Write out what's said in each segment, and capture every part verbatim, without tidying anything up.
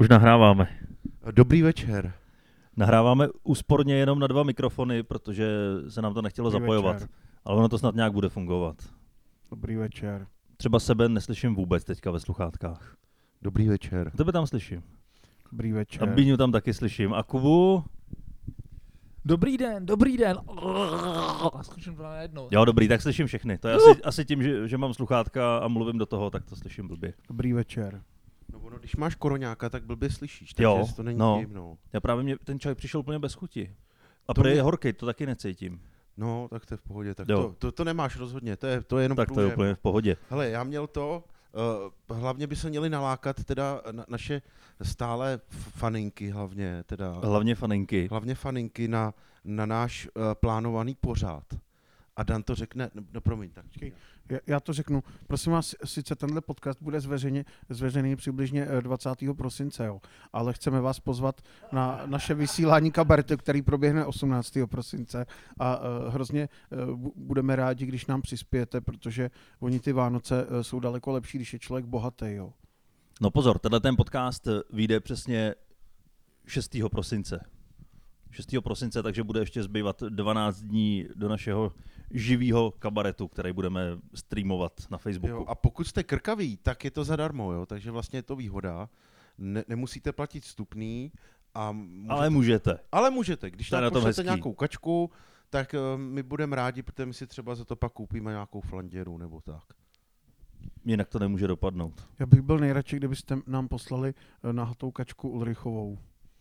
už nahráváme. Dobrý večer. Nahráváme úsporně jenom na dva mikrofony, protože se nám to nechtělo Dobrý zapojovat. večer. Ale ono to snad nějak bude fungovat. Dobrý večer. Třeba sebe neslyším vůbec teďka ve sluchátkách. Dobrý večer. Tebe tam slyším. Dobrý A večer. Bíňu tam taky slyším. A Kubu? Dobrý den, dobrý den. Slyším to najednou. Jo, dobrý, tak slyším všechny. To je asi, asi tím, že, že mám sluchátka a mluvím do toho, tak to slyším blbě. Dobrý večer. No ono, když máš koroňáka, tak blbě slyšíš, takže Jo, to není no. tím, no. Já právě mě, ten čaj přišel úplně bez chuti. A To prý je mě- horký, to taky necítím. No, tak to je v pohodě, tak Jo. to, to, to nemáš rozhodně, to je, to je jenom Tak to je průjem. úplně v pohodě. Hele, já měl to, uh, hlavně by se měli nalákat teda na, naše stále f- faninky hlavně, teda Hlavně faninky. hlavně faninky na, na náš uh, plánovaný pořád. A Dan to řekne, no, no promiň, tak. Počkej. Já, já to řeknu. Prosím vás, sice tenhle podcast bude zveřejně, zveřejněný přibližně eh, dvacátého prosince, jo, ale chceme vás pozvat na naše vysílání kabaretu, který proběhne osmnáctého prosince a uh, hrozně uh, budeme rádi, když nám přispějete, protože oni ty Vánoce uh, jsou daleko lepší, když je člověk bohatý, jo. No pozor, tenhle ten podcast vyjde přesně šestého prosince. šestého prosince, takže bude ještě zbývat dvanáct dní do našeho živého kabaretu, který budeme streamovat na Facebooku. Jo, a pokud jste krkaví, tak je to zadarmo, jo, takže vlastně je to výhoda. Ne, nemusíte platit vstupný. A můžete, Ale můžete. ale můžete, když To je nám na tom pošlete hezký. nějakou kačku, tak uh, my budeme rádi, protože my si třeba za to pak koupíme nějakou flanděru nebo tak. Jinak to nemůže dopadnout. Já bych byl nejradši, kdybyste nám poslali uh, nahatou kačku Ulrichovou.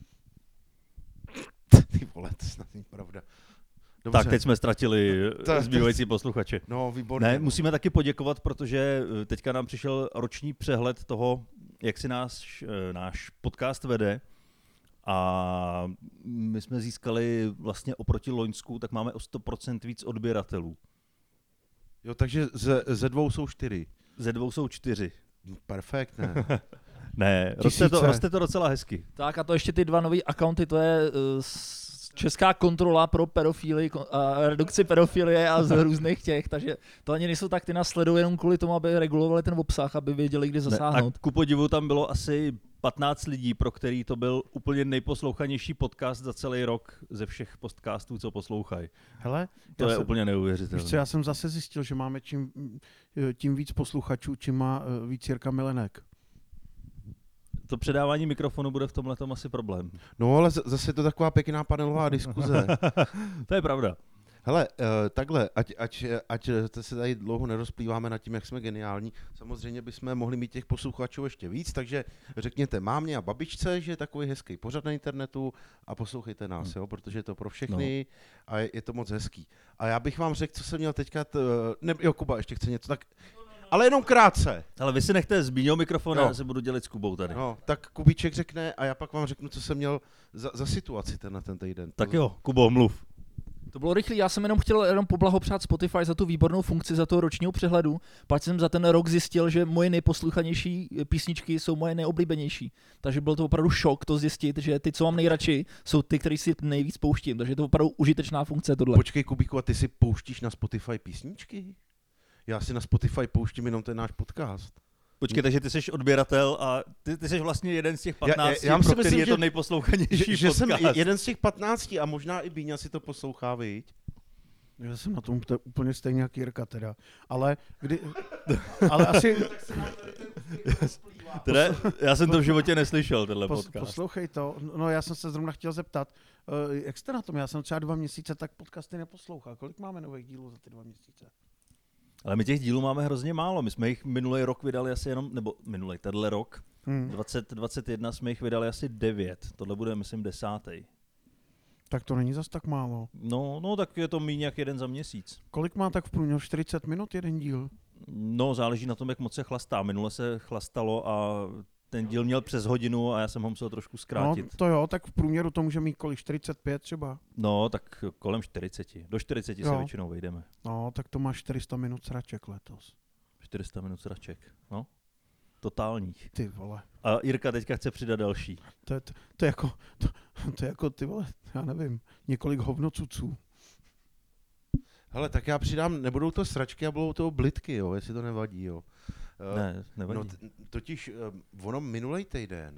Ty vole, to snad není pravda. Dobře. Tak, teď jsme ztratili To- zbývající posluchače. No, výborně. Ne, musíme taky poděkovat, protože eh, teďka nám přišel roční přehled toho, jak si náš, eh, náš podcast vede. A my jsme získali vlastně oproti loňsku, tak máme o sto procent víc odběratelů. Jo, takže ze, ze dvou jsou čtyři. Ze dvou jsou čtyři. Perfekt, ne? Ne, roste to, Tisíce. roste to docela hezky. Tak a to ještě ty dva nový accounty, to je uh, s- Česká kontrola pro pedofily a redukci pedofilie a z různých těch, takže to ani nejsou tak, ty nás sledují jenom kvůli tomu, aby regulovali ten obsah, aby věděli, kdy Ne, zasáhnout. a ku podivu tam bylo asi patnáct lidí, pro který to byl úplně nejposlouchanější podcast za celý rok ze všech podcastů, co poslouchají. Hele, To já je jsem- úplně Víš neuvěřitelné. co, já jsem zase zjistil, že máme čím, eh, tím víc posluchačů, čím má eh, víc Jirka Milenek. To předávání mikrofonu bude v tomhletom asi problém. No, ale z- zase je to taková pěkná panelová diskuze. To je pravda. Hele, uh, takhle, ať, ať, ať to se tady dlouho nerozplýváme nad tím, jak jsme geniální, samozřejmě bychom mohli mít těch posluchačů ještě víc, takže řekněte mámě a babičce, že je takový hezký pořad na internetu a poslouchejte nás, jo, protože je to pro všechny a je, je to moc hezký. A já bych vám řekl, co jsem měl teďka, t, ne, jo, Kuba ještě chce něco, tak, ale jenom krátce. Ale vy si nechte zbíňou mikrofon, Jo. já se budu dělit s Kubou tady. No, tak Kubíček řekne a já pak vám řeknu, co jsem měl za, za situaci ten na ten týden. Tak jo, Kubo, mluv. To bylo rychlý, já jsem jenom chtěl jenom poblahopřát Spotify za tu výbornou funkci, za toho ročního přehledu. Pak jsem za ten rok zjistil, že moje nejposlouchanější písničky jsou moje nejoblíbenější. Takže byl to opravdu šok to zjistit, že ty, co mám nejradši, jsou ty, které si nejvíc pouštím. Takže je to opravdu užitečná funkce tohle. Počkej, Kubíku, a ty si pouštíš na Spotify písničky? Já si na Spotify pouštím jenom ten náš podcast. Počkej, takže ty jsi odběratel a ty, ty jsi vlastně jeden z těch Já- já- patnácti, já pro si který myslím, je to že- nejposlouchanější Že, že jsem podcast. jeden z těch patnácti a možná i Bíňa si to poslouchá, viď? Já jsem na tom t- úplně stejně jak Jirka teda. Ale kdy... ale asi... Teda, já jsem to v životě neslyšel, tenhle Pos, podcast. poslouchej to. No já jsem se zrovna chtěl zeptat, uh, jak jste na tom? Já jsem třeba dva měsíce tak podcasty neposlouchal. Kolik máme nových dílů za ty dva měsíce? Ale my těch dílů máme hrozně málo. My jsme jich minulý rok vydali asi jenom, nebo minulý, tenhle rok, Hmm. dvacet dvacet jedna jsme jich vydali asi devět. Tohle bude, myslím, desátý. Tak to není zas tak málo. No, no, tak je to míň jak jeden za měsíc. Kolik má tak v průměru? čtyřicet minut jeden díl? No, záleží na tom, jak moc se chlastá. Minule se chlastalo a ten díl měl přes hodinu a já jsem ho musel trošku No zkrátit. to jo, tak v průměru to může mít kolik? čtyřicet pět třeba? No, tak kolem čtyřicet. Do čtyřicet se Jo. většinou vejdeme. No, tak to má čtyři sta minut sraček letos. čtyři sta minut sraček. No, totálních. Ty vole. A Jirka teďka chce přidat další. To je, to, to je jako, to, to je jako ty vole, já nevím, několik hovnocuců. Hele, tak já přidám, nebudou to sračky a budou to blitky, jo, jestli to nevadí, jo. Ne, nevadí. No, t- totiž uh, ono minulej týden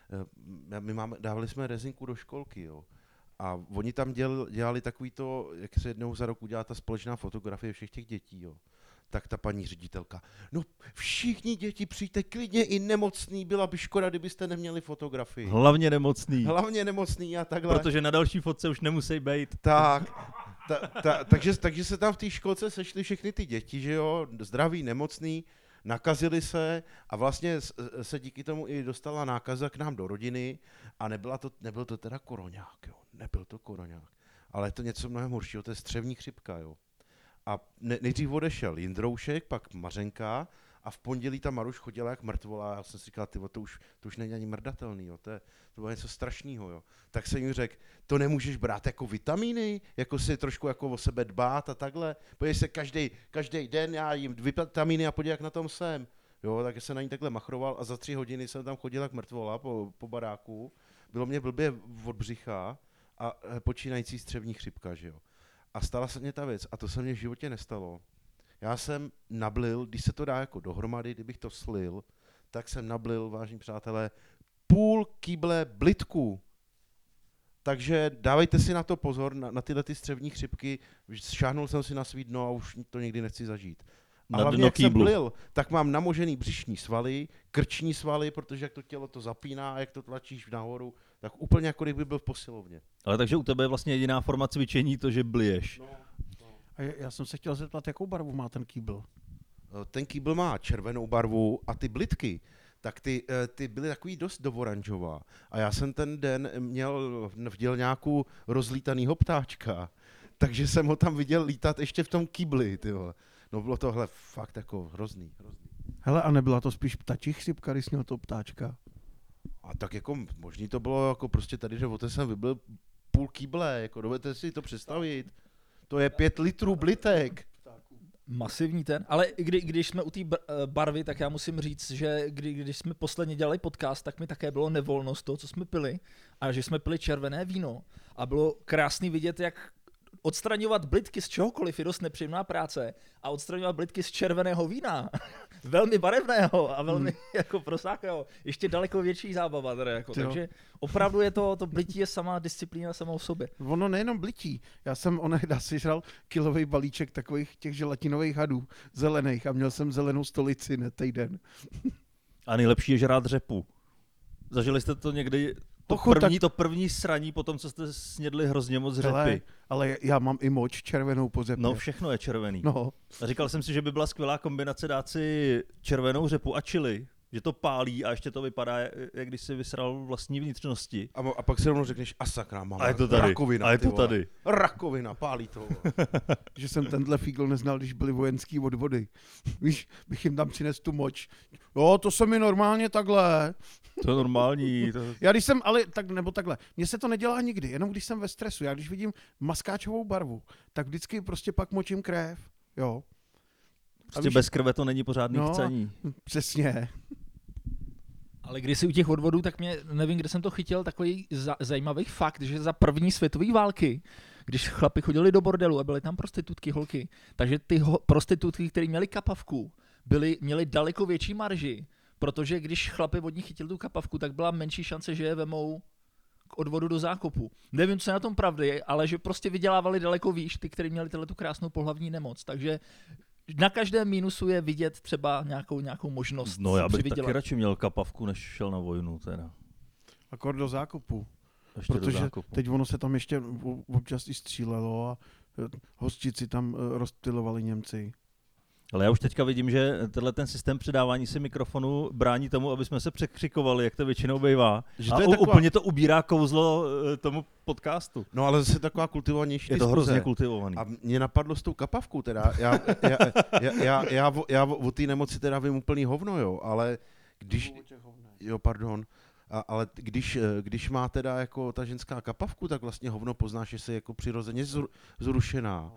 my máme, dávali jsme rezinku do školky, jo. A oni tam děl, dělali takový to, jak se jednou za rok udělá ta společná fotografie všech těch dětí, jo. Tak ta paní ředitelka, no všichni děti přijďte klidně i nemocný, byla by škoda, kdybyste neměli fotografii. Hlavně nemocný. Hlavně nemocný a takhle. Protože na další fotce už nemusí být. Tak, ta, ta, takže, takže se tam v té školce sešly všechny ty děti, že jo, zdraví, nemocný, nakazili se a vlastně se díky tomu i dostala nákaza k nám do rodiny a nebyla to, nebyl to teda koroňák, jo, nebyl to koroňák, ale je to něco mnohem horšího, to je střevní chřipka, jo. A ne, nejdřív odešel Jindroušek, pak Mařenka a v pondělí ta Maruš chodila jak mrtvola a já jsem si říkal, tyvo, to už, to už není ani mrdatelný, jo, to, je, to bylo něco strašného, jo. Tak jsem jim řekl, to nemůžeš brát jako vitamíny, jako si trošku jako o sebe dbát a takhle, podívej se každý, každý den, já jim vitamíny a podívej, jak na tom jsem, jo, tak jsem na ní takhle machroval a za tři hodiny jsem tam chodil jak mrtvola po, po baráku, bylo mě blbě od břicha a počínající střevní chřipka, že jo. A stala se mně ta věc a to se mně v životě nestalo. Já jsem nablil, když se to dá jako dohromady, kdybych to slil, tak jsem nablil, vážení přátelé, půl kýble blitku. Takže dávejte si na to pozor, na, na tyhle ty střevní chřipky. Šáhnul jsem si na svý dno a už to nikdy nechci zažít. A Na hlavně, dno jak jsem kýblu. blil, tak mám namožený břišní svaly, krční svaly, protože jak to tělo to zapíná a jak to tlačíš nahoru, tak úplně jako kdyby byl v posilovně. Ale takže u tebe je vlastně jediná forma cvičení to, že bliješ. No. A já jsem se chtěl zeptat, jakou barvu má ten kýbl? Ten kýbl má červenou barvu a ty blitky, tak ty, ty byly takový dost do oranžová. A já jsem ten den měl v dělňáku rozlítanýho ptáčka, takže jsem ho tam viděl lítat ještě v tom kýbli, ty vole. No bylo tohle fakt jako hrozný, hrozný. Hele, a nebyla to spíš ptačí chřipka, když měl to ptáčka? A tak jako možný to bylo jako prostě tady, že o té jsem vybil půl kýble, jako dovedete si to představit. To je pět litrů blitek. Masivní ten, ale kdy, když jsme u té barvy, tak já musím říct, že kdy, když jsme posledně dělali podcast, tak mi také bylo nevolno z toho, co jsme pili, a že jsme pili červené víno a bylo krásný vidět, jak odstraňovat blitky z čehokoliv je dost nepříjemná práce a odstraňovat blitky z červeného vína, velmi barevného a velmi hmm. jako prosáklého, ještě daleko větší zábava. Teda jako. Takže opravdu je to, to blití je sama disciplína sama o sobě. Ono nejenom blití. Já jsem onehda si žral kilový balíček takových těch želatinových hadů zelených a měl jsem zelenou stolici na týden. A nejlepší je žrát řepu. Zažili jste to někdy? To Pokud první, tak... to první sraní po tom, co jste snědli hrozně moc řepy. Ale, ale já mám i moč červenou po řepě. No všechno je červený. No. A říkal jsem si, že by byla skvělá kombinace dát si červenou řepu a chili, že to pálí a ještě to vypadá, jak když si vysral vlastní vnitřnosti. A, a pak si rovnou řekneš, a sakra, mám a je to tady. rakovina. A je to tady. Rakovina, pálí to. Že jsem tenhle fígl neznal, když byli vojenský odvody. Víš, bych jim tam přinesl tu moč. Jo, to se mi normálně takhle. To je normální. To... Já když jsem, ale tak, nebo takhle, mně se to nedělá nikdy, jenom když jsem ve stresu. Já když vidím maskáčovou barvu, tak vždycky prostě pak močím krev. Jo. Prostě víš, bez krve to není pořádný no, chcení. Přesně. Ale když si u těch odvodů, tak mě, nevím, kde jsem to chytil, takový za, zajímavý fakt, že za první světové války, když chlapi chodili do bordelu a byly tam prostitutky, holky, takže ty ho, prostitutky, které měly kapavku, byly, měly daleko větší marži, protože když chlapi od nich chytili tu kapavku, tak byla menší šance, že je vemou k odvodu do zákopu. Nevím, co je na tom pravdy, ale že prostě vydělávali daleko výš, ty, kteří měli tu krásnou pohlavní nemoc. Takže na každém mínusu je vidět třeba nějakou, nějakou možnost. No já bych taky radši měl kapavku, než šel na vojnu teda. Akor do zákopu. Ještě Protože do zákopu. teď ono se tam ještě občas i střílelo a hostici tam rozptylovali Němci. Ale já už teďka vidím, že tenhle ten systém předávání si mikrofonu brání tomu, aby jsme se překřikovali, jak to většinou bývá. Že a to je u, taková... úplně to ubírá kouzlo tomu podcastu. No ale zase taková kultivovanější Je to diskuze. hrozně kultivovaný. A mě napadlo s tou kapavkou teda, já, já, já, já, já, já o té nemoci teda vím úplný hovno, jo, ale když, jo, pardon, a, ale když, když má teda jako ta ženská kapavku, tak vlastně hovno poznáš, že se jako přirozeně zru, zrušená.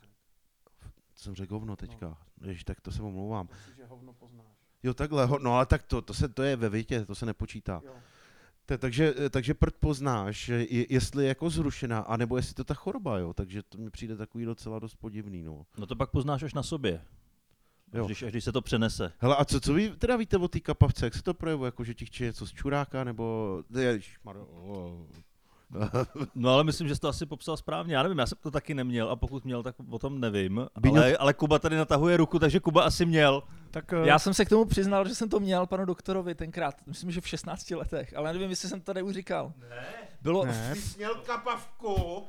Jsem řekl hovno teďka, Jež, tak to se omlouvám. Jo, takhle, no ale tak to, to, se, to je ve větě, to se nepočítá. T- takže, takže prd poznáš, jestli je jako zrušená, anebo jestli to ta choroba, jo, takže to mi přijde takový docela dost podivný, no. No to pak poznáš až na sobě. Jo. Až když, až když se to přenese. Hele, a co, co vy teda víte o té kapavce? Jak se to projevuje? Jako, že ti chce něco z čuráka, nebo... Ježišmarjo, oh. No ale myslím, že jsi to asi popsal správně. Já nevím, já jsem to taky neměl a pokud měl, tak o tom nevím. Bíňo- Ale, ale Kuba tady natahuje ruku, takže Kuba asi měl. Tak, Já jsem se k tomu přiznal, že jsem to měl panu doktorovi tenkrát, myslím, že v šestnácti letech, ale nevím, jestli jsem to tady už říkal. Ne. Bylo, ne. Jsi měl kapavku?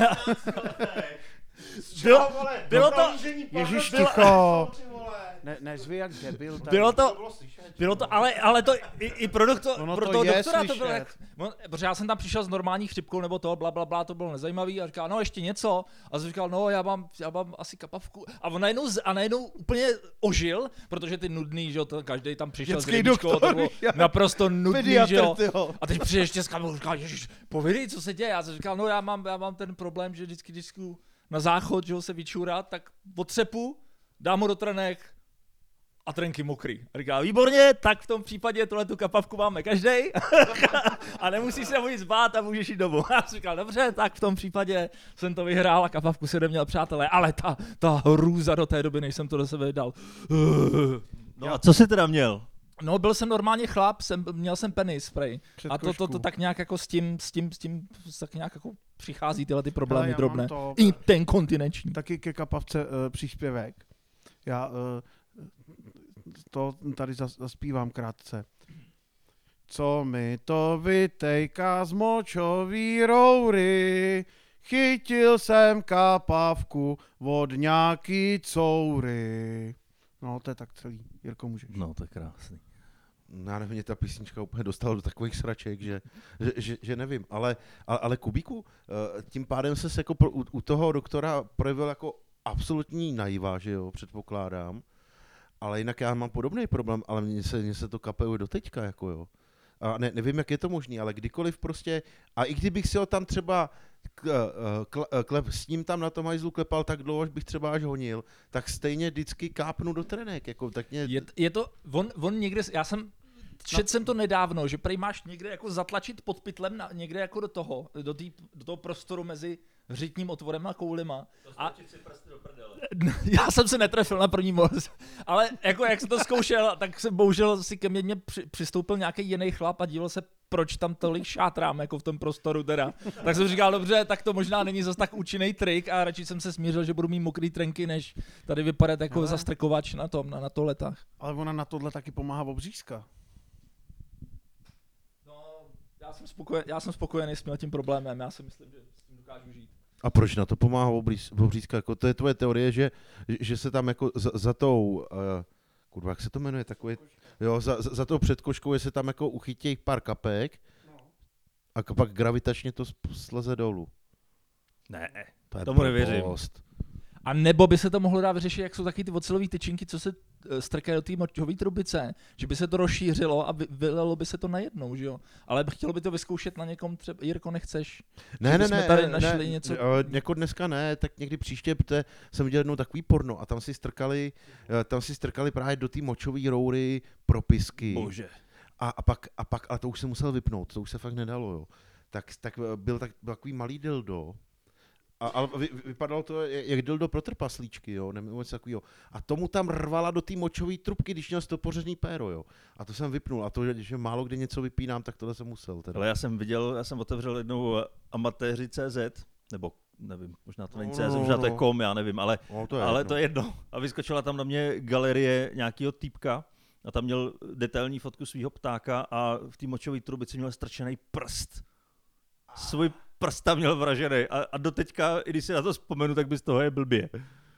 Bylo- bylo to- Ježíš, Bylo- ticho. Ne, nezvi jak debil. tady. bylo to, bylo to, ale, ale to i, i pro, doktor, Ono pro to toho je doktora to slyšet. bylo jak, on, protože já jsem tam přišel s normální chřipkou nebo to, bla, bla, bla, to bylo nezajímavý a říkal, no ještě něco. A jsem říkal, no já mám, já mám asi kapavku. A on najednou, z- a najednou úplně ožil, protože ty nudný, že jo, to každý tam přišel Dětský s rybičkou, doktor, to bylo já- naprosto nudný, Pediatr, že jo. tyjo. A teď přijde ještě s kamerou, říkal, ježiš, povědej, co se děje. Já jsem říkal, no já mám, já mám ten problém, že vždycky, když jdu na záchod, že ho se vyčůrat, tak otřepu, dám ho do trenek a trenky mokrý. A říká, výborně, tak v tom případě tohle tu kapavku máme každej a nemusíš se o nic bát a můžeš jít domů. A já jsem říkal, dobře, tak v tom případě jsem to vyhrál a kapavku jsem neměl, přátelé, ale ta, ta hrůza do té doby, než jsem to do sebe dal. No a co jsi teda měl? No, byl jsem normálně chlap, jsem, měl jsem penis spray. A to, to, to Předkošku. tak nějak jako s tím, s tím, s tím, tak nějak jako přichází tyhle ty Hele, problémy já mám drobné. to- I ten kontinenční. Taky ke kapavce uh, příspěvek. Já uh, to tady zas, zaspívám krátce. Co mi to vytejká z močový roury, chytil jsem kapavku od nějaký coury. No, to je tak celý. Jirko, můžeš. No, to je krásný. Já nevím, mě ta písnička úplně dostala do takových sraček, že, že, že, že nevím. Ale, ale, ale Kubíku, eh, tím pádem se jako pro, u, u toho doktora projevil jako absolutní naiva, že jo, předpokládám. Ale jinak já mám podobný problém, ale mně se, mně se to kapuje do teďka, jako jo. A ne, nevím, jak je to možné, ale kdykoliv prostě, a i kdybych si ho tam třeba k, k, klep, s ním tam na tom hajzlu klepal tak dlouho, až bych třeba až honil, tak stejně vždycky kápnu do trenek, jako tak mě... Je, je to, on, on někde, já jsem, četl jsem to nedávno, že prej máš někde jako zatlačit pod pytlem na, někde jako do toho, do, tý, do toho prostoru mezi řitním otvorem a koulima. A já jsem se netrefil na první moc, ale jako jak jsem to zkoušel, tak jsem bohužel si ke mně, mě při, přistoupil nějaký jiný chlap a díval se, proč tam tolik šátrám jako v tom prostoru teda. Tak jsem říkal, dobře, tak to možná není zas tak účinný trik a radši jsem se smířil, že budu mít mokrý trenky, než tady vypadat jako Ale- zastrkovač na tom, na, na toaletách. Ale ona na tohle taky pomáhá obřízka. No, já jsem, spokojen, já jsem spokojený s tím problémem, já si myslím, že s tím dokážu žít. A proč na to pomáhá obříz, obřízka? Jako to je tvoje teorie, že, že se tam jako za, za tou, uh, kurva, jak se to jmenuje, takový, jo, za, za, za tou předkoškou, je se tam jako uchytí pár kapek a pak gravitačně to sp- sleze dolů. Ne, To je tomu nevěřím. blbost. A nebo by se to mohlo dát vyřešit, jak jsou taky ty ocelové tyčinky, co se eh, strkají do té močové trubice, že by se to rozšířilo a vy, vylelo by se to najednou, že jo? Ale chtělo by to vyzkoušet na někom, třeba, Jirko, nechceš? Ne, Že ne, bychom ne, tady ne, našli ne, něco- eh, jako dneska ne, tak někdy příště, protože jsem viděl jednou takový porno a tam si strkali, eh, tam si strkali právě do té močové roury propisky. bože. A, a, pak, a pak, ale to už se musel vypnout, to už se fakt nedalo, jo. Tak, tak eh, byl, tak, byl takový malý dildo, a, ale vy, vypadalo to jak dildo pro trpaslíčky, jo, nebo něco takového. A tomu tam rvala do té močové trubky, když měl stopořežní péro, jo. A to jsem vypnul. A to, že, že málo kdy něco vypínám, tak tohle jsem musel. Teda. Ale já jsem viděl, já jsem otevřel jednou amatéři tečka cé zet, nebo nevím, možná to není No, cé zet, no, možná to je no. kom, já nevím, ale, No, to je ale jedno. to je jedno. A vyskočila tam na mě galerie nějakého týpka a tam měl detailní fotku svého ptáka a v té močové trubici měl strčený prst. Svůj prst tam měl vražený a, a doteďka, i když si na to vzpomenu, tak by z toho je blbě.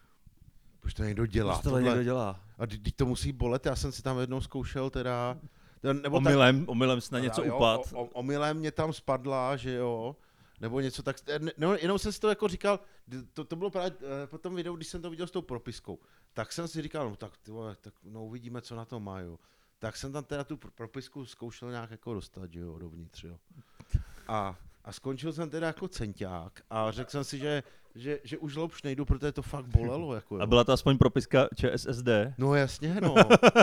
Už to někdo dělá. Už to tohle. někdo dělá. A teď to musí bolet, já jsem si tam jednou zkoušel teda... Nebo Omylem, omylem si na něco jo, upad. O, o, omylem mě tam spadla, že jo, nebo něco tak, ne, no, jenom jsem si to jako říkal, to, to bylo právě eh, po tom videu, když jsem to viděl s tou propiskou, tak jsem si říkal, no tak ty vole, tak no uvidíme, co na to má, jo. Tak jsem tam teda tu pr- propisku zkoušel nějak jako dostat, že jo, dovnitř, jo. A, a skončil jsem teda jako centák a řekl jsem si, že, že, že už loup nejdu, protože to fakt bolelo, jako jo. A byla to aspoň propiska ČSSD. No jasně, no.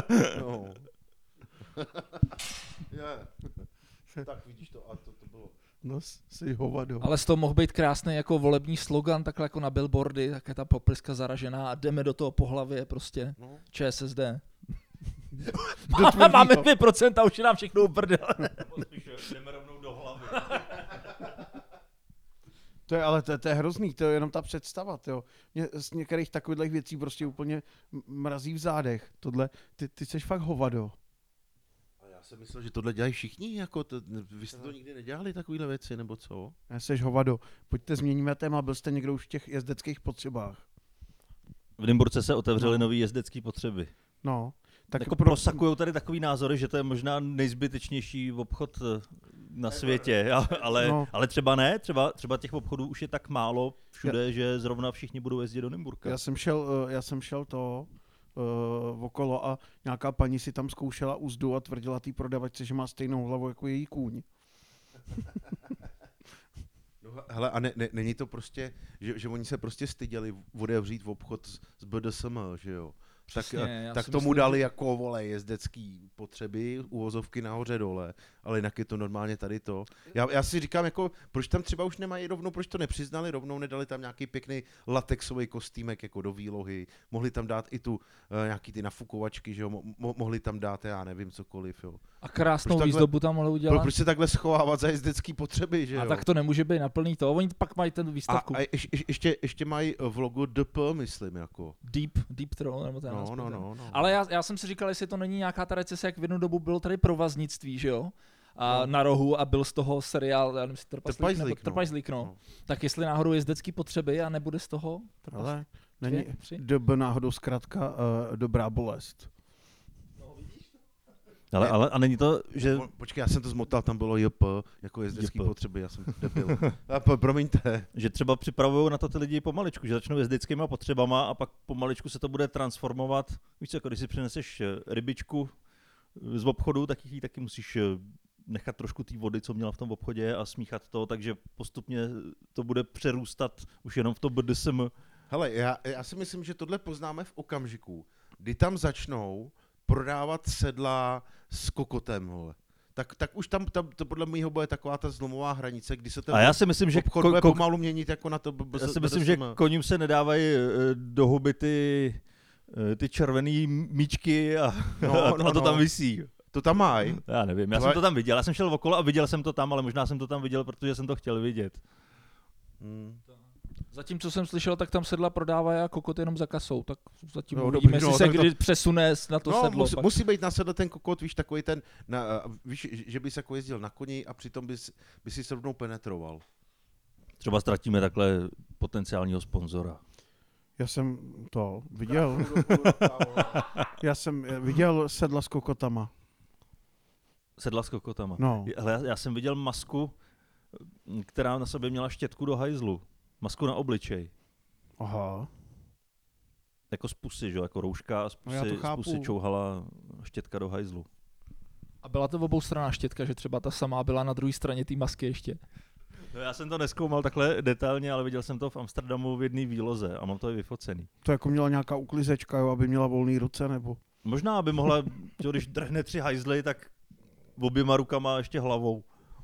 no. yeah. Tak vidíš to, a to, to bylo. No, jsi hovado. Ale z toho mohl být krásný jako volební slogan, takhle jako na billboardy, tak je ta poprska zaražená a jdeme do toho po hlavě prostě. No. ČSSD. tvrdýho. Máme dvě procenta, už je nám všechno uprdel. Jdeme rovnou do hlavy. To je, ale to, to je hrozný, to je jenom ta představa, jo. Mě z některých takových věcí prostě úplně m- mrazí v zádech. Tohle, ty, ty seš fakt hovado. A já jsem myslel, že tohle dělají všichni, jako to, vy jste to nikdy nedělali, takovýhle věci, nebo co? Ne, seš hovado. Pojďte, změníme téma, byl jste někdo už v těch jezdeckých potřebách. V Nymburce se otevřely No. nové jezdecké potřeby. No. Tak jako prosakujou tady takový názory, že to je možná nejzbytečnější obchod eh, na světě, a- ale, No. ale třeba ne, třeba, třeba těch obchodů už je tak málo všude, že zrovna všichni budou jezdit do Nymburka. Já jsem šel, eh, já jsem šel to uh, okolo a nějaká paní si tam zkoušela úzdu a tvrdila té prodavačce, že má stejnou hlavu jako její kůň. No, hele, a ne, ne, není to prostě, že, že oni se prostě styděli otevřít v obchod s, s B D S M, že jo? Tak, Přesně, já tak si tomu myslím, dali že- jako, vole, jezdecký potřeby, uvozovky nahoře dole, ale jinak je to normálně tady to. Já, já si říkám, jako, proč tam třeba už nemají rovnou, proč to nepřiznali rovnou, nedali tam nějaký pěkný latexový kostýmek jako do výlohy, mohli tam dát i tu uh, nějaký ty nafukovačky, že jo, mo- mo- mohli tam dát, já nevím, cokoliv, jo. A krásnou Proč takhle- výzdobu tam mohli Pro, udělat. proč se takhle schovávat za jezdecký potřeby, že jo? A tak to nemůže být naplný to. Oni pak mají ten a, výstavku. a ještě, ještě, ještě mají v logu D P, myslím, jako. Deep, Deep Throw, nebo ten No, název, no, ten. no, no. Ale já, já jsem si říkal, jestli to není nějaká ta recese, jak v jednu dobu bylo tady provaznictví, že jo? A No. na rohu a byl z toho seriál, já nevím, jestli Trpaslík, nebo Trpaslík, no. Trpaslík, no. No. Tak jestli náhodou jezdecký potřeby a nebude z toho Trpaslík. Ale není Tři, tři? D B náhodou zkrátka uh, dobrá bolest. Ale, ale a není to, že Po, počkej, já jsem to zmotal, tam bylo J P, jako jezdecký J P. potřeby, já jsem debil. A po, promiňte. že třeba připravují na to ty lidi pomaličku, že začnou jezdeckýma potřebama a pak pomaličku se to bude transformovat. Víš co, jako když si přineseš eh, rybičku z obchodu, tak ji taky musíš eh, nechat trošku té vody, co měla v tom obchodě a smíchat to, takže postupně to bude přerůstat už jenom v to B D S M. Hele, já, já si myslím, že tohle poznáme v okamžiku, kdy tam začnou prodávat sedla s kokotem, hele. Tak, tak už tam, tam to podle mého bude taková ta zlomová hranice, kdy se ten A já si myslím, že obchod ko- bude ko- pomalu měnit jako na to B- B- já si B- myslím, že B D S M. koním se nedávají eh, do huby ty, eh, ty červený míčky a, No, a, no, a to no. tam visí. To tam mají. Já nevím, já Tvoje- jsem to tam viděl, já jsem šel okolo a viděl jsem to tam, ale možná jsem to tam viděl, protože jsem to chtěl vidět. Hmm. Zatím, co jsem slyšel, tak tam sedla prodávají a kokot jenom za kasou, tak zatím Jo, uvidíme, dobrý, jestli no, se tak to- kdy přesune na to No, sedlo. musí, pak. musí být na sedle ten kokot, víš, takový ten, na, víš, že bys jako jezdil na koni a přitom bys, bys si se rovnou penetroval. Třeba ztratíme takhle potenciálního sponzora. Já jsem to viděl, já jsem eh, viděl sedla s kokotama. Sedla s kokotama. No. Ale já, já jsem viděl masku, která na sobě měla štětku do hajzlu. Masku na obličej. Aha. Jako z pusy, že? jo, Jako rouška a z No já pusy, to z chápu. pusy čouhala štětka do hajzlu. A byla to oboustranná štětka, že třeba ta samá byla na druhé straně té masky ještě. No, já jsem to neskoumal takhle detailně, ale viděl jsem to v Amsterdamu v jedné výloze a mám to i vyfocený. To jako měla nějaká uklizečka, jo, aby měla volné ruce, nebo? Možná by mohla, že když drhne tři hajzly, tak oběma rukama a ještě hlavou.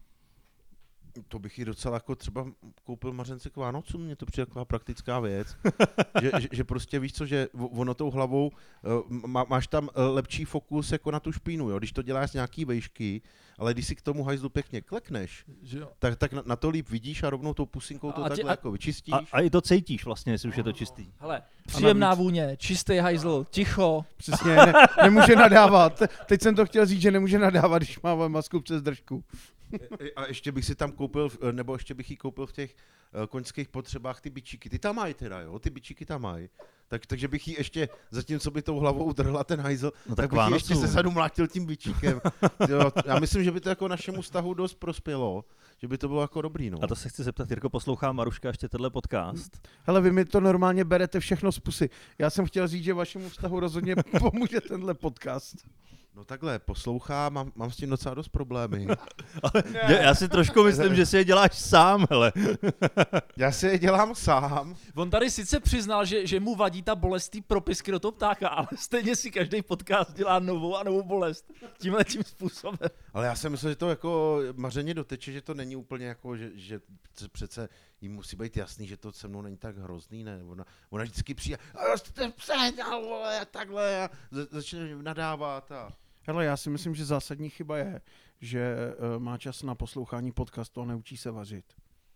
To bych ji docela jako třeba koupil mařence k Vánocům, mně to přijde taková praktická věc. že, že, že prostě víš co, že ono tou hlavou uh, má, máš tam uh, lepší fokus jako na tu špínu, jo? Když to děláš z nějaký vejšky, ale když si k tomu hajzlu pěkně klekneš, Že jo? tak, tak na, na to líp vidíš a rovnou tou pusinkou to A ti- takhle a- jako vyčistíš. A, a i to cítíš vlastně, jestli už je to čistý. Hele, příjemná navíc- vůně, čistý hajzl, ticho. Přesně, ne, nemůže nadávat. Teď jsem to chtěl říct, že nemůže nadávat, když má masku přes držku. A ještě bych si tam koupil, nebo ještě bych jí koupil v těch uh, koňských potřebách ty bičíky. Ty tam mají teda, jo, ty bičíky tam mají. Tak, takže bych jí ještě, zatímco by tou hlavou drhla ten hajzl, No tak tak bych jí ještě Vánocům. se zadu mlátil tím bičíkem. Jo, já myslím, že by to jako našemu vztahu dost prospělo, že by to bylo jako dobrý, no. A to se chci zeptat, Jirko, poslouchá Maruška ještě tenhle podcast? Hele, vy mi to normálně berete všechno z pusy. Já jsem chtěl říct, že vašemu vztahu rozhodně pomůže tenhle podcast. No takhle, poslouchám, mám, mám s tím docela dost problémy. Já, já si trošku myslím, že si je děláš sám, hele. Já si je dělám sám. On tady sice přiznal, že, že mu vadí ta bolest té propisky do toho ptáka, ale stejně si každý podcast dělá novou a novou bolest. Tímhle tím způsobem. Ale já jsem myslel, že to jako mařeně doteče, že to není úplně jako, že, že přece jim musí být jasný, že to se mnou není tak hrozný, ne? Ona, ona vždycky přijde, a jste přehnal, vole, a takhle, a začne nadávat a... Hele, já si myslím, že zásadní chyba je, že uh, má čas na poslouchání podcastu a neučí se vařit.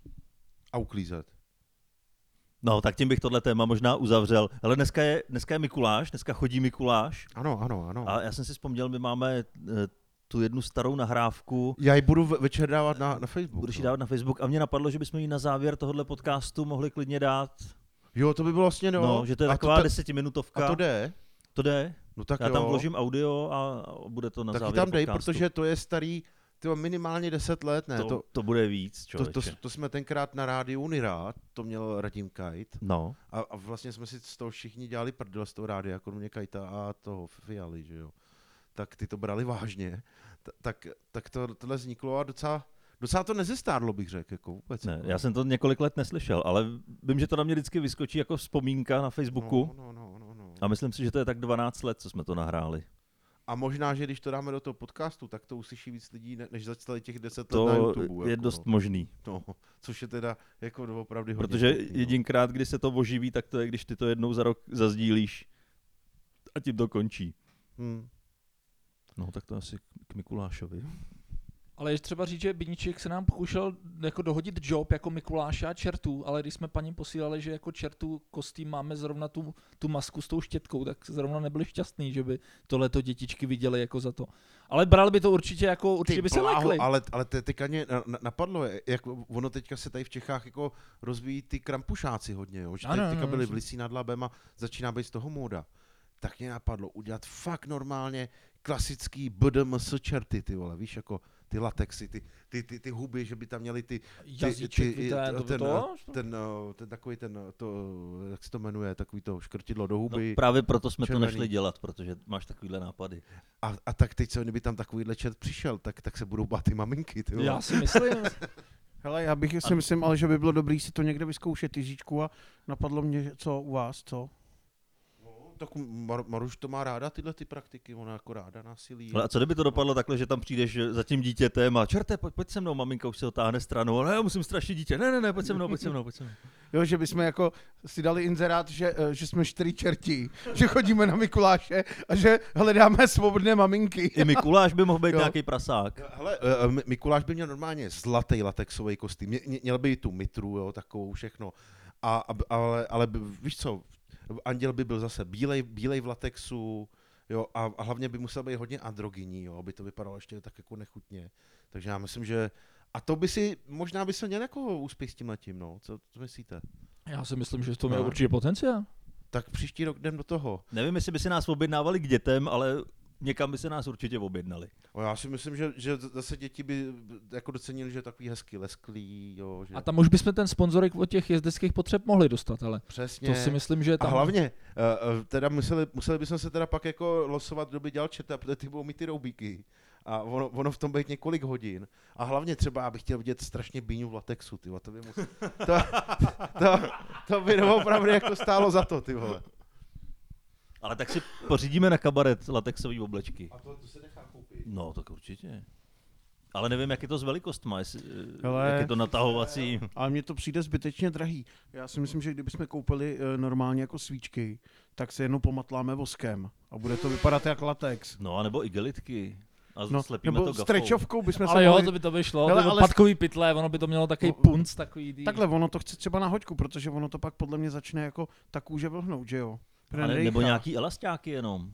A uklízet. No, tak tím bych tohle téma možná uzavřel. Ale dneska je, dneska je Mikuláš, dneska chodí Mikuláš. Ano, ano, ano. A já jsem si vzpomněl, my máme uh, tu jednu starou nahrávku. Já ji budu večer dávat na, na Facebook. Budeš ji no. dávat na Facebook a mě napadlo, že bychom ji na závěr tohohle podcastu mohli klidně dát. Jo, to by bylo vlastně, no. No, že to je a taková to, desetiminutovka. A to jde? To jde. No tak Já jo. tam vložím audio a bude to na Taky závěr tam dej, podcastu. protože to je starý, to minimálně deset let, ne? To, To, to bude víc, to, člověče. to, to, to jsme tenkrát na rádiu Unirad, to měl Radim Kajt. No. A, a vlastně jsme si z toho všichni dělali prdel z toho rádia, jako mě Kajta a toho Fialy, že jo. Tak ty to brali vážně. Ta, tak, tak to, tohle vzniklo a docela, docela to nezestárlo, bych řekl, jako vůbec. Ne, jako. já jsem to několik let neslyšel, ale vím, že to na mě vždycky vyskočí jako vzpomínka na Facebooku. No, no, no, no, no. A myslím si, že to je tak dvanáct let, co jsme to nahráli. A možná, že když to dáme do toho podcastu, tak to uslyší víc lidí, ne- než za celých těch deset let To na YouTube. je jako, dost no. možný. No, což je teda jako opravdu hodně. Protože špatný, no. jedinkrát, kdy se to oživí, tak to je, když ty to jednou za rok zazdílíš a tím to končí. Hmm. No tak to asi k Mikulášovi. Ale je třeba říct, že Biniček se nám pokoušel jako dohodit job jako Mikuláše a čertů, ale když jsme paní posílali, že jako čertů kostým máme zrovna tu, tu masku s tou štětkou, tak zrovna nebyli šťastný, že by tohleto dětičky viděli jako za to. Ale brali by to určitě jako, určitě by se bláho, lekli. ale, ale te, teďka mě na, na, napadlo, jak ono teďka se tady v Čechách jako rozvíjí ty krampušáci hodně, jo? Že Ano, teď, teďka ano, byli ano. v Lisí nad Labem a začíná být z toho móda. Tak mě napadlo udělat fakt normálně klasický B D M S čerty, ty vole, víš, jako ty latexy, ty, ty, ty, ty huby, že by tam měli ty, Jazyček, ty- ten, to, ten, to, ten, eh, ten takový ten, to, jak se to jmenuje, takový to škrtidlo do No, huby. právě proto jsme červený. to nešli dělat, protože máš takovýhle nápady. A, a tak teď, co kdyby tam takovýhle čert přišel, tak, tak se budou bát ty maminky, ty vole. já si myslím. Hele, já bych si myslím, ale že by bylo dobrý si to někde vyzkoušet, Jiříčku, a napadlo mě, co u vás, co? Tak Mar- Maruš to má ráda, tyhle ty praktiky, ona jako ráda násilí. Ale a co kdyby to dopadlo takhle, že tam přijdeš za tím dítětem a čerte, pojď, pojď se mnou, maminka už se otáhne stranou, ale já musím strašit dítě, ne, ne, ne, pojď se mnou, pojď se mnou, pojď se mnou. Jo, že bychom jako si dali inzerát, že, eh, že jsme čtyři čerti, že chodíme na Mikuláše a že hledáme svobodné maminky. I Mikuláš by mohl být Jo. nějaký prasák. Hele, uh, Mi- Mikuláš by měl normálně zlatý latexový kostým, Mě, mě- měl by i tu mitru, jo, takovou všechno. A, a, ale, ale by- víš co, anděl by byl zase bílej, bílej v latexu, jo, a, a hlavně by musel být hodně androgyní, jo, aby to vypadalo ještě tak jako nechutně. Takže já myslím, že a to by si, možná by se měl jako úspěch s tím letím, no, co, co myslíte? Já si myslím, že to má No. určitě potenciál. Tak příští rok jdem do toho. Nevím, jestli by si nás objednávali k dětem, ale někam by se nás určitě objednali. O, já si myslím, že, že zase děti by jako docenili, že je takový hezký lesklý, jo, že A tam už bychom ten sponzorek od těch jezdeckých potřeb mohli dostat, ale přesně. to si myslím, že A tam... hlavně, uh, teda museli, museli bychom se teda pak jako losovat, kdo by dělal čerta, protože ty budou mít ty roubíky. A ono, ono v tom být několik hodin. A hlavně třeba, já bych chtěl vidět strašně Bíňu v latexu, ty vole, to by mus... to, to, to by opravdu jako stálo za to, ty vole. Ale tak si pořídíme na kabaret latexový oblečky. A to, to se nechá koupit. No, tak určitě. Ale nevím, jak je to s velikostma, jestli, Hele. jak je to natahovací. Ale mně to přijde zbytečně drahý. Já si myslím, že kdybychom koupili e, normálně jako svíčky, tak se jenom pomatláme voskem a bude to vypadat jak latex. No, anebo igelitky. A No, slepíme nebo to s gafou. trečovkou bychom se Ale jo, mohli... to by to by šlo, Hele, to ale- odpadkový pytle, ono by to mělo takový No, punc, takový... tý- Takhle, ono to chce třeba na hoďku, protože ono to pak podle mě začne jako ta kůže vlhnout, že jo? Protože Ale, nebo nedejchá. nějaký elastáky jenom.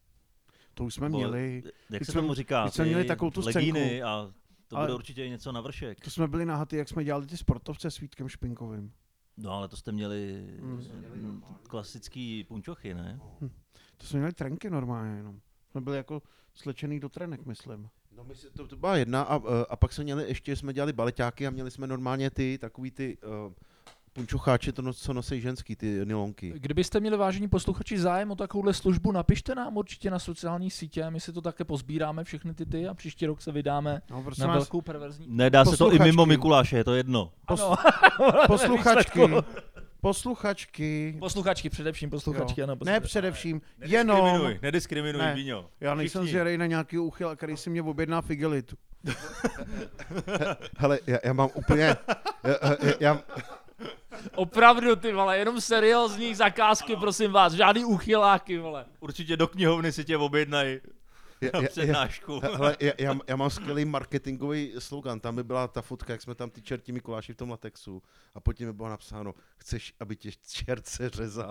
To už jsme Nebo- měli. Jak Teď se jsme- tomu říká? teď jsme ty měli takovou tu legíny scénku. a to Ale- bude určitě i něco na vršek. To jsme byli na haty, jak jsme dělali ty sportovce s Vítkem Špinkovým. No, ale to jste měli Hmm. mm, klasický punčochy, ne? To jsme měli trenky normálně jenom. Jsme byli jako slečený do trenek, myslím. No my si, to, to byla jedna a, eh, a pak jsme měli, ještě jsme dělali baleťáky a měli jsme normálně ty, takový ty uh, punčocháče, to no, co nosí ženský, ty nylonky. Kdybyste měli, vážení posluchači, zájem o takovouhle službu, napište nám určitě na sociální sítě, my si to také pozbíráme všechny ty ty a příští rok se vydáme No, prosím na vás, velkou perverzní... Nedá se to i Posluchačky. mimo Mikuláše, je to jedno. Pos- Ano. posluchačky, Posluchačky. Posluchačky, především posluchačky. Ano, Ne posluchačky. především, Ne, jenom. nediskriminuj, nediskriminuj, Ne. Bíňo. Já nejsem Všichni. zvěrej na nějaký úchyl, který si mě objedná v igelitu. Hele, já, já mám úplně... Já, já, já, Opravdu, ty vole, jenom seriózní zakázky, prosím vás, žádný úchyláky, vole. Určitě do knihovny si tě objednají já, na já, přednášku. hele, já, já, já mám skvělý marketingový slogan, tam by byla ta fotka, jak jsme tam ty čerti Mikuláši v tom latexu a pod tím by bylo napsáno, chceš, aby tě čert se řezal.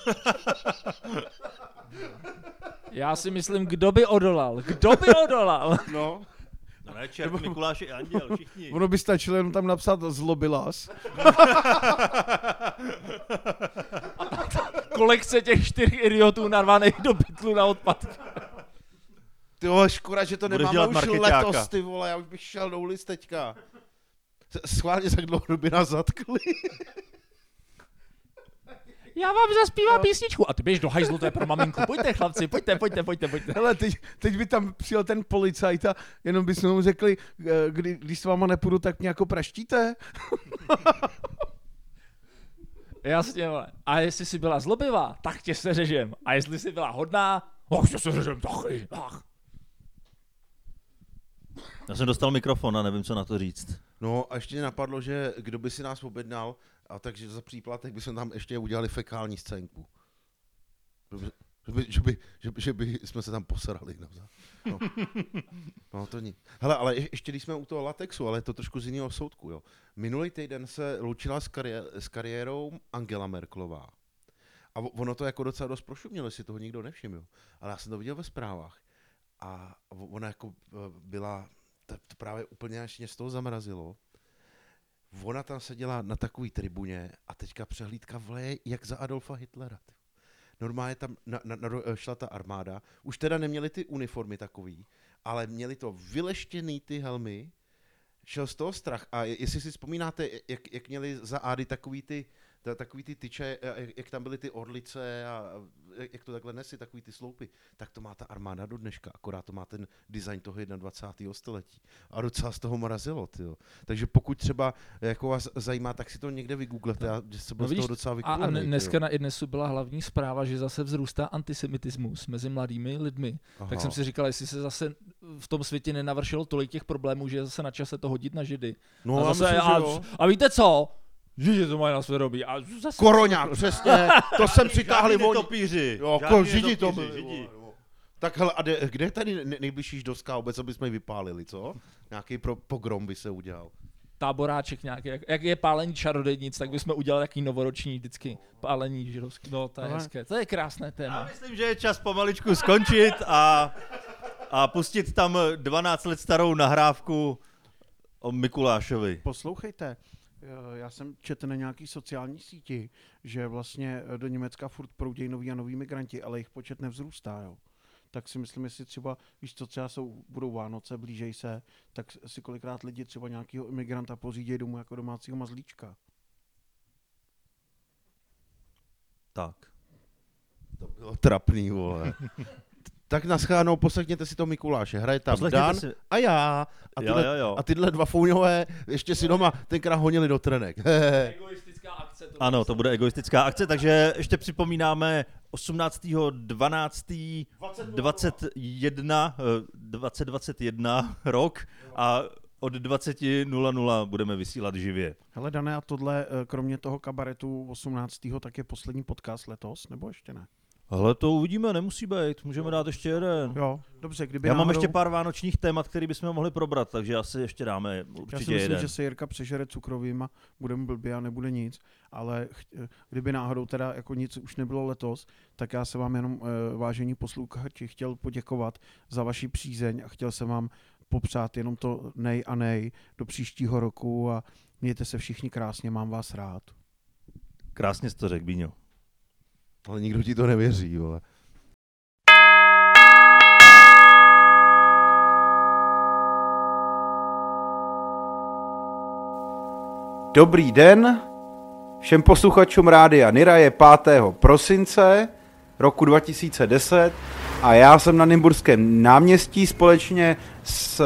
Já si myslím, kdo by odolal, kdo by odolal. No. No ne, čert, Mikuláš je anděl, všichni. Ono by stačilo jenom tam napsat zlobilas. Kolekce těch čtyř idiotů narvaných do pytlu na odpadky. Ty vole, škoda, že to Budeš nemáme dělat už markeťáka. letos, ty vole, já už bych šel do ulic teďka. Schválně tak dlouho by nás zatkli. Já vám zaspívám písničku. A ty běž do hajzlu, to je pro maminku. Pojďte, chlapci, pojďte, pojďte, pojďte, pojďte. Hele, teď, teď by tam přijel ten policajt a jenom bychom mu řekli, eh, kdy, když s váma nepůjdu, tak mě jako praštíte. Jasně, vole. A jestli jsi byla zlobivá, tak tě seřežem. A jestli jsi byla hodná, tak tě seřežem taky. Ach. Já jsem dostal mikrofon a nevím, co na to říct. No a ještě mě napadlo, že kdo by si nás objednal, a takže za příplatek bychom tam ještě udělali fekální scénku. Že by, že by, že by, že by jsme se tam posrali. No, no to nic. Hele, ale je, ještě když jsme u toho latexu, ale je to trošku z jiného soudku, jo. Minulý týden se loučila s, karié- s kariérou Angela Merkelová. A ono to jako docela dost prošumělo, jestli toho nikdo nevšiml. Ale já jsem to viděl ve zprávách. A ona jako byla, to, to právě úplně až mě z toho zamrazilo. Ona tam seděla na takový tribuně a teďka přehlídka vleje jak za Adolfa Hitlera. Normálně tam na, na, na, šla ta armáda. Už teda neměli ty uniformy takový, ale měli to vyleštěný ty helmy. Šel z toho strach. A jestli si vzpomínáte, jak, jak měli za ády takový ty, ta, takový ty tyče, jak, jak tam byly ty orlice a jak to takhle nesli, takový ty sloupy, tak to má ta armáda do dneška, akorát to má ten design toho dvacátého prvního století. A docela z toho mrazilo, tyjo. Takže pokud třeba jako vás zajímá, tak si to někde vygooglete, já se byl No z vidíš, toho docela a, vykulený. a dneska na iDnesu byla hlavní zpráva, že zase vzrůstá antisemitismus mezi mladými lidmi. Aha. Tak jsem si říkal, jestli se zase v tom světě nenavršilo tolik těch problémů, že je zase na čase to hodit na Židy. No, a, já zase, myslím, a, že jo. a víte co? Židi to mají na svědomí. A zase... Koroňák, přesně, to jsem přitáhli Žádný oni. netopíři. Jo, Žádný ko, židi to netopíři, byli. židi. jo. Tak hele, a de, kde je tady ne- nejbližší židovská obec, aby jsme ji vypálili, co? Nějaký pro, pogrom by se udělal. Táboráček nějaký, jak, jak je pálení čarodějnic, tak bychom udělali jaký novoroční vždycky pálení židovský. No, to je Aha. hezké, to je krásné Já téma. myslím, že je čas pomaličku skončit a, a pustit tam dvanáct let starou nahrávku o Mikulášovi. Poslouchejte, já jsem četl na nějaký sociální síti, že vlastně do Německa furt proudějí noví a noví migranti, ale jejich počet nevzrůstá, jo. Tak si myslím, jestli třeba, víš co, třeba jsou, budou Vánoce, blížej se, tak si kolikrát lidi třeba nějakého imigranta pořídějí domů jako domácího mazlíčka. Tak. To bylo trapný, vole. Tak naschánou, poslechněte si to Mikuláše, hraje tam Poslechněte Dan si- a já. A Jo, tyhle, jo, jo. a tyhle dva fouňové ještě si doma tenkrát honili do trenek. Egoistická akce. To Ano, to bude egoistická akce, takže ještě připomínáme osmnáctého dvanáctého dvacet jedna, eh, dvacet dvacet jedna rok a od dvacet nula nula budeme vysílat živě. Hele Dané, a tohle, eh, kromě toho kabaretu osmnáctého tak je poslední podcast letos, nebo ještě ne? Ale to uvidíme, nemusí být, můžeme dát ještě jeden. Jo, dobře, kdyby Já mám náhodou... ještě pár vánočních témat, které bychom mohli probrat, takže asi ještě dáme Já si určitě myslím, jeden. že se Jirka přežere cukrovým a budeme blbě a nebude nic, ale ch- kdyby náhodou teda jako nic už nebylo letos, tak já se vám jenom, eh, vážení posluchači, chtěl poděkovat za vaši přízeň a chtěl jsem vám popřát jenom to nej a nej do příštího roku a mějte se všichni krásně, mám vás rád. Krásně jsi to řekl, Bíňo. Ale nikdo ti to nevěří, vole. Dobrý den, všem posluchačům Rádia Nira je pátého prosince roku dva tisíce deset a já jsem na Nymburském náměstí společně s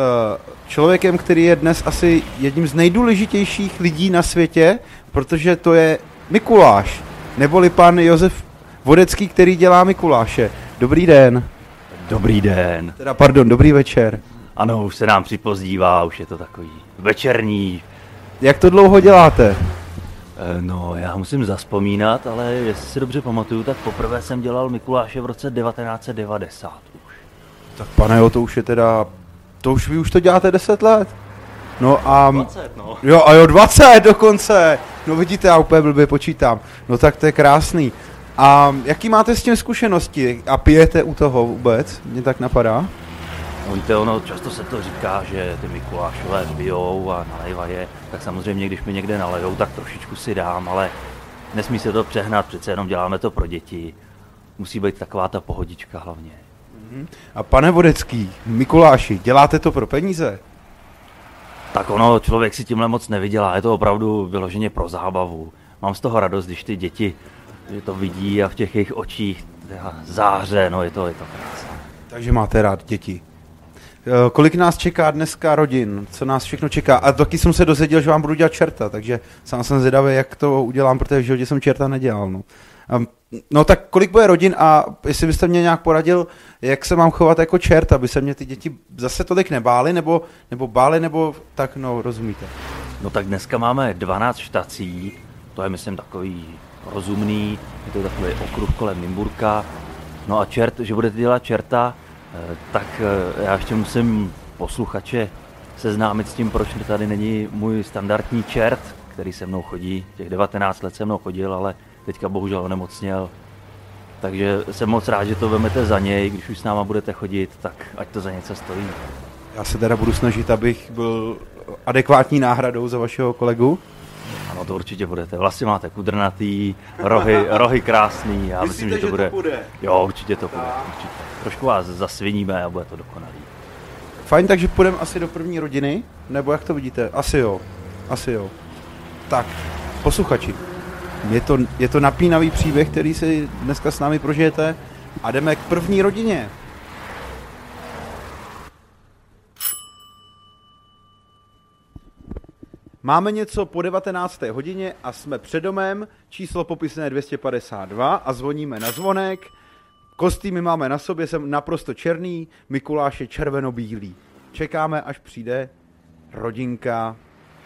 člověkem, který je dnes asi jedním z nejdůležitějších lidí na světě, protože to je Mikuláš, neboli pan Josef Vodecký, který dělá Mikuláše. Dobrý den. Dobrý den. Teda pardon, dobrý večer. Ano, už se nám připozdívá, už je to takový večerní. Jak to dlouho děláte? E, No, já musím zaspomínat, ale jestli si dobře pamatuju, tak poprvé jsem dělal Mikuláše v roce devatenáct set devadesát už. Tak pane jo, to už je teda, to už vy už to děláte deset let. No a... dvacet, no. Jo, a jo, dvacet dokonce. No vidíte, já úplně blbě počítám. No tak to je krásný. A jaký máte s tím zkušenosti? A pijete u toho vůbec? Mě tak napadá. No víte, ono, často se to říká, že ty Mikulášové pijou a nalejvají je, tak samozřejmě, když mi někde nalejou, tak trošičku si dám, ale nesmí se to přehnat, přece jenom děláme to pro děti. Musí být taková ta pohodička hlavně. A pane Vodecký, Mikuláši, děláte to pro peníze? Tak ono, člověk si tímhle moc nevydělá, je to opravdu vyloženě pro zábavu. Mám z toho radost, když ty děti že to vidí a v těch jejich očích záře, no je to, je to krásné. Takže máte rád děti. E, Kolik nás čeká dneska rodin? Co nás všechno čeká? A taky jsem se dozvěděl, že vám budu dělat čerta, takže sám jsem zvědavý, jak to udělám, protože v životě jsem čerta nedělal. No. Um, no tak kolik bude rodin a jestli byste mě nějak poradil, jak se mám chovat jako čert, aby se mě ty děti zase tolik nebály, nebo, nebo bály, nebo tak, no rozumíte. No tak dneska máme dvanáct štací, to je myslím takový rozumný, je to takový okruh kolem Nymburka. No a čert, že budete dělat čerta, tak já ještě musím posluchače seznámit s tím, proč tady není můj standardní čert, který se mnou chodí, těch devatenáct let se mnou chodil, ale teďka bohužel onemocněl. Takže jsem moc rád, že to vemete za něj, když už s náma budete chodit, tak ať to za něco stojí. Já se teda budu snažit, abych byl adekvátní náhradou za vašeho kolegu. Ano, to určitě budete. Vlastně máte kudrnatý, rohy, rohy krásný. Já myslím, že to bude. Jo, určitě to bude. Určitě. Trošku vás zasviníme a bude to dokonalý. Fajn, takže půjdeme asi do první rodiny, nebo jak to vidíte? Asi jo, asi jo. Tak, posluchači, je to, je to napínavý příběh, který si dneska s námi prožijete a jdeme k první rodině. Máme něco po devatenácté hodině a jsme před domem, číslo popisné dvě stě padesát dva a zvoníme na zvonek. Kostýmy máme na sobě, jsem naprosto černý, Mikuláš je červeno-bílý. Čekáme, až přijde rodinka.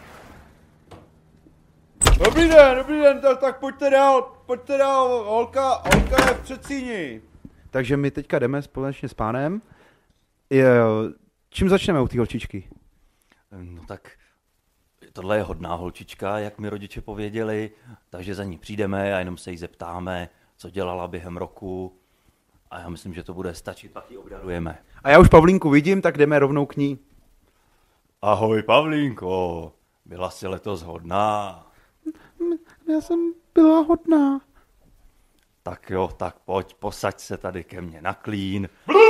Dobrý den, dobrý den, tak, tak pojďte dál, pojďte dál, holka, holka je v předsíni. Takže my teďka jdeme společně s pánem. Je, čím začneme u té holčičky? No tak tohle je hodná holčička, jak mi rodiče pověděli, takže za ní přijdeme a jenom se jí zeptáme, co dělala během roku. A já myslím, že to bude stačit, pak ji obdarujeme. A já už Pavlínku vidím, tak jdeme rovnou k ní. Ahoj Pavlínko, byla jsi letos hodná. Já jsem byla hodná. Tak jo, tak pojď, posaď se tady ke mně na klín.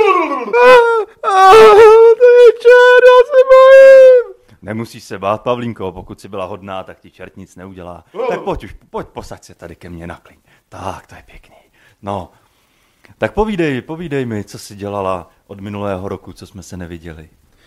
To je čert, já se bojím. Nemusíš se bát, Pavlínko, pokud jsi byla hodná, tak ti čert nic neudělá. Tak pojď už, pojď, posaď se tady ke mně na klín. Tak, to je pěkný. No, tak povídej, povídej mi, co jsi dělala od minulého roku, co jsme se neviděli.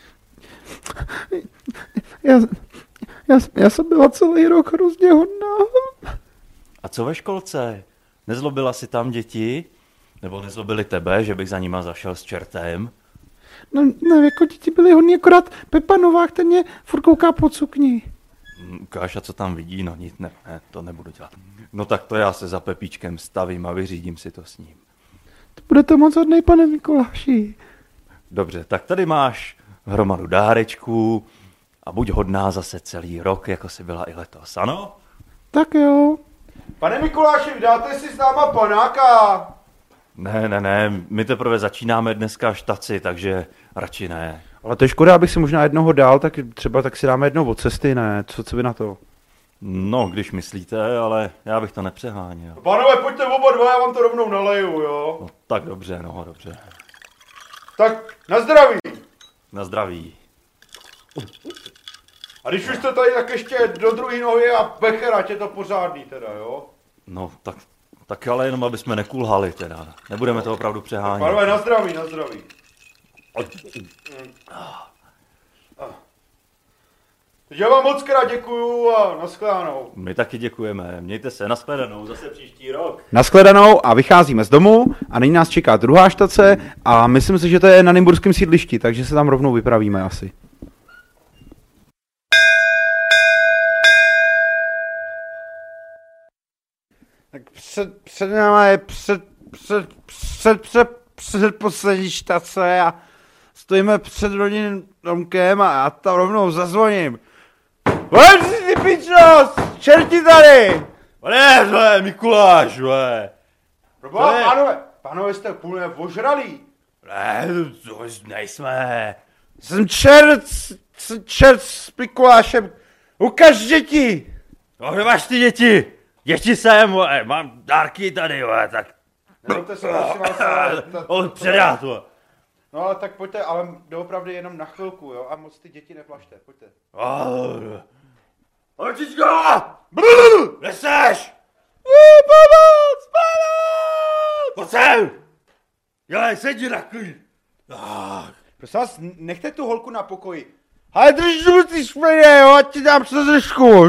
Já, já, já jsem byla celý rok hrozně hodná. A co ve školce? Nezlobila si tam děti? Nebo nezlobili tebe, že bych za nima zašel s čertem? No, no jako děti byly hodně, akorát Pepa Novák, ten mě furt kouká po cukni. Ukáž, a co tam vidí? No nic, ne, ne, to nebudu dělat. No tak to já se za Pepíčkem stavím a vyřídím si to s ním. To budete moc hodnej, pane Mikuláši. Dobře, tak tady máš hromadu dárečků a buď hodná zase celý rok, jako jsi byla i letos, ano? Tak jo. Pane Mikuláši, dáte si s náma panáka? Ne, ne, ne, my teprve začínáme dneska štaci, takže radši ne. Ale to je škoda, abych si možná jednoho dal, tak třeba tak si dáme jednoho od cesty, ne? Co, co vy na to? No, když myslíte, ale já bych to nepřeháněl. Pánové, pojďte oba dva, já vám to rovnou naleju, jo? No, tak dobře, no, dobře. Tak na zdraví. Na zdraví. A když už jste tady, tak ještě do druhé nohy a becher, ať je to pořádný teda, jo? No, tak, tak ale jenom, aby jsme nekulhali teda. Nebudeme to opravdu přehánět. Pánové, na zdraví, na zdraví. Takže vám moc krát děkuju a nashledanou. My taky děkujeme. Mějte se, nashledanou, zase příští rok. Nashledanou a vycházíme z domu a nyní nás čeká druhá štace a myslím si, že to je na nymburském sídlišti, takže se tam rovnou vypravíme asi. Tak před, před náma je před, před, před, před, před poslední štace a stojíme před rodinným domkem a já tam rovnou zazvoním. Vole, ty pičo, čerti tady! Ne, ne, Mikuláš, ne. Proboha, pánové, pánové jste půl ožralí. Ne, to nejsme. Jsem čert, jsem čert s Mikulášem. Ukaž děti. No, kde máš ty děti? Děti sem, vole, mám dárky tady, vole, tak... Nebojte se, prosím vás, ale... On předá to. No ale tak pojďte, ale doopravdy jenom na chvilku, jo, a moc ty děti neplašte, pojďte. Holčičko! Kde seš? Pomoc, pomoc! Pojď sem! Dělej, sedí na klid. Prosím vás, nechte tu holku na pokoji. Ale držu ty šmeně, jo, ať ti dám přes řešku.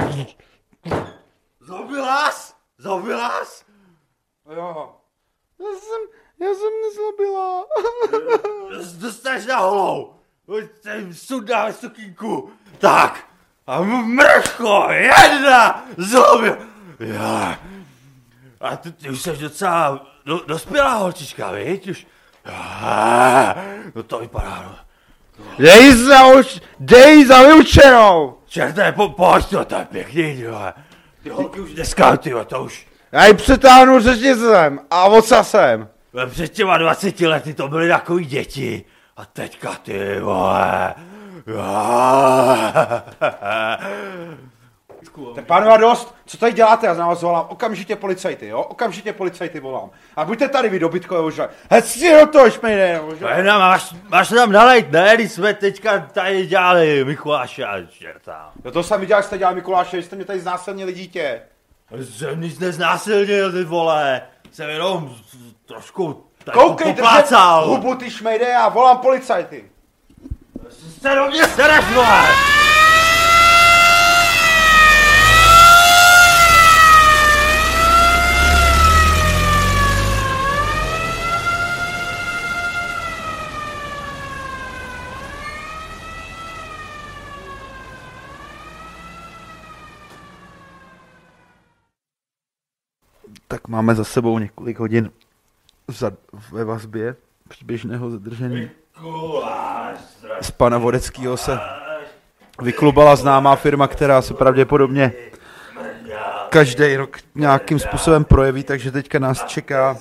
Zlobilás? Zlobilás? Jo. Já jsem, já jsem nezlobila. Dostaneš na holou. Jsem sundá sukínku. Tak. A mrcho, jedna, zlobil. Já. A ty, ty už jsi docela do, dospělá holčička, viď? Už. Já. No to vypadá, no. Dej za už, dej za vyučenou. Čerte, po, pojď to, to je pěkný, tyhle. Ty holky už dneska, tyhle, to už. Já ji přetáhnu řečnicem a ocasem. Před těma dvaceti lety to byly takový děti. A teďka ty vole. Tak pánové, dost, co tady děláte? Já na vás volám okamžitě policajty, jo? Okamžitě policajty volám. A buďte tady vy, dobytkové ožralé. Heci do toho šmejde, Pejna, máš, máš tam nalejt, ne? Když jsme teďka tady dělali Mikuláše a čerta. Jo, to jsem viděl, jak jste dělali Mikuláše, jste mě tady znásilnili dítě. Jsem nic neznásilnil, ty vole. Jsem jenom trošku tady Koukej, držet poplácal. hubu, ty šmejde, a volám policajty. Se do mě sereš, vole. Tak máme za sebou několik hodin za, ve vazbě předběžného zadržení. Z pana Vodeckého se vyklubala známá firma, která se pravděpodobně každý rok nějakým způsobem projeví, takže teďka nás čeká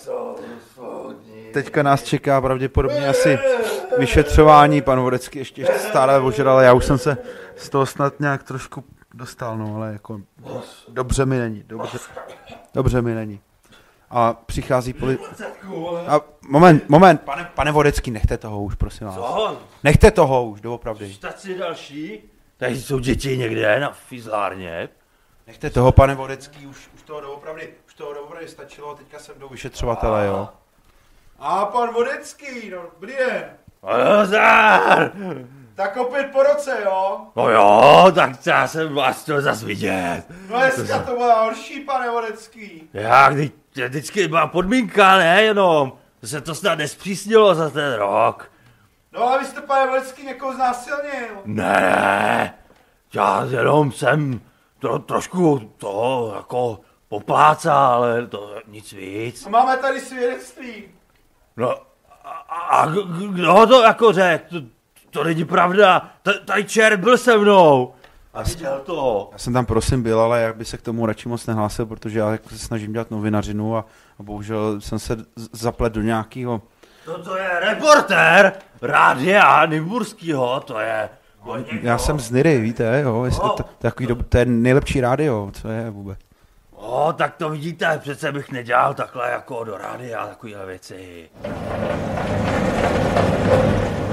teďka nás čeká pravděpodobně asi vyšetřování. Pan Vodecký ještě stále ožral, já už jsem se z toho snad nějak trošku dostal, no, ale jako dobře mi není, dobře, dobře mi není. A přichází poli... A moment, moment, pane, pane Vodecký, nechte toho už, prosím vás. Co? Nechte toho už, doopravdy. Štaci další? Tady jsou děti někde na fizlárně. Nechte toho, pane Vodecký, už, už toho doopravdy, už toho doopravdy stačilo, teďka sem jdou vyšetřovatele, jo. A pan Vodecký, no, dobrý den. Nazdar! Tak opět po roce, jo? No jo, tak já jsem vás chtěl zas vidět. No dneska to bylo horší, pane Vodecký. Já, kdy, vždycky byla podmínka, ne jenom. To se to snad nespřísnilo za ten rok. No ale vy jste, pane Vodecký, někoho znásilnil. Ne, ne, já jenom jsem to, trošku to jako poplácal, ale to nic víc. Máme tady svědectví. No a, a kdo to jako řekl? To, to není pravda, T- tady čert byl se mnou. A viděl to. Já jsem tam prosím byl, ale jak by se k tomu radši moc nehlásil, protože já jako se snažím dělat novinařinu a, a bohužel jsem se z- zaplet do nějakého... To, to je reportér rádia Nymburskýho, to je... Já jsem z Niry, víte, jo, jestli to, to, to, takový dob- to je nejlepší rádio, co je vůbec. O, tak to vidíte, přece bych nedělal takhle jako do rádia takovýhle věci.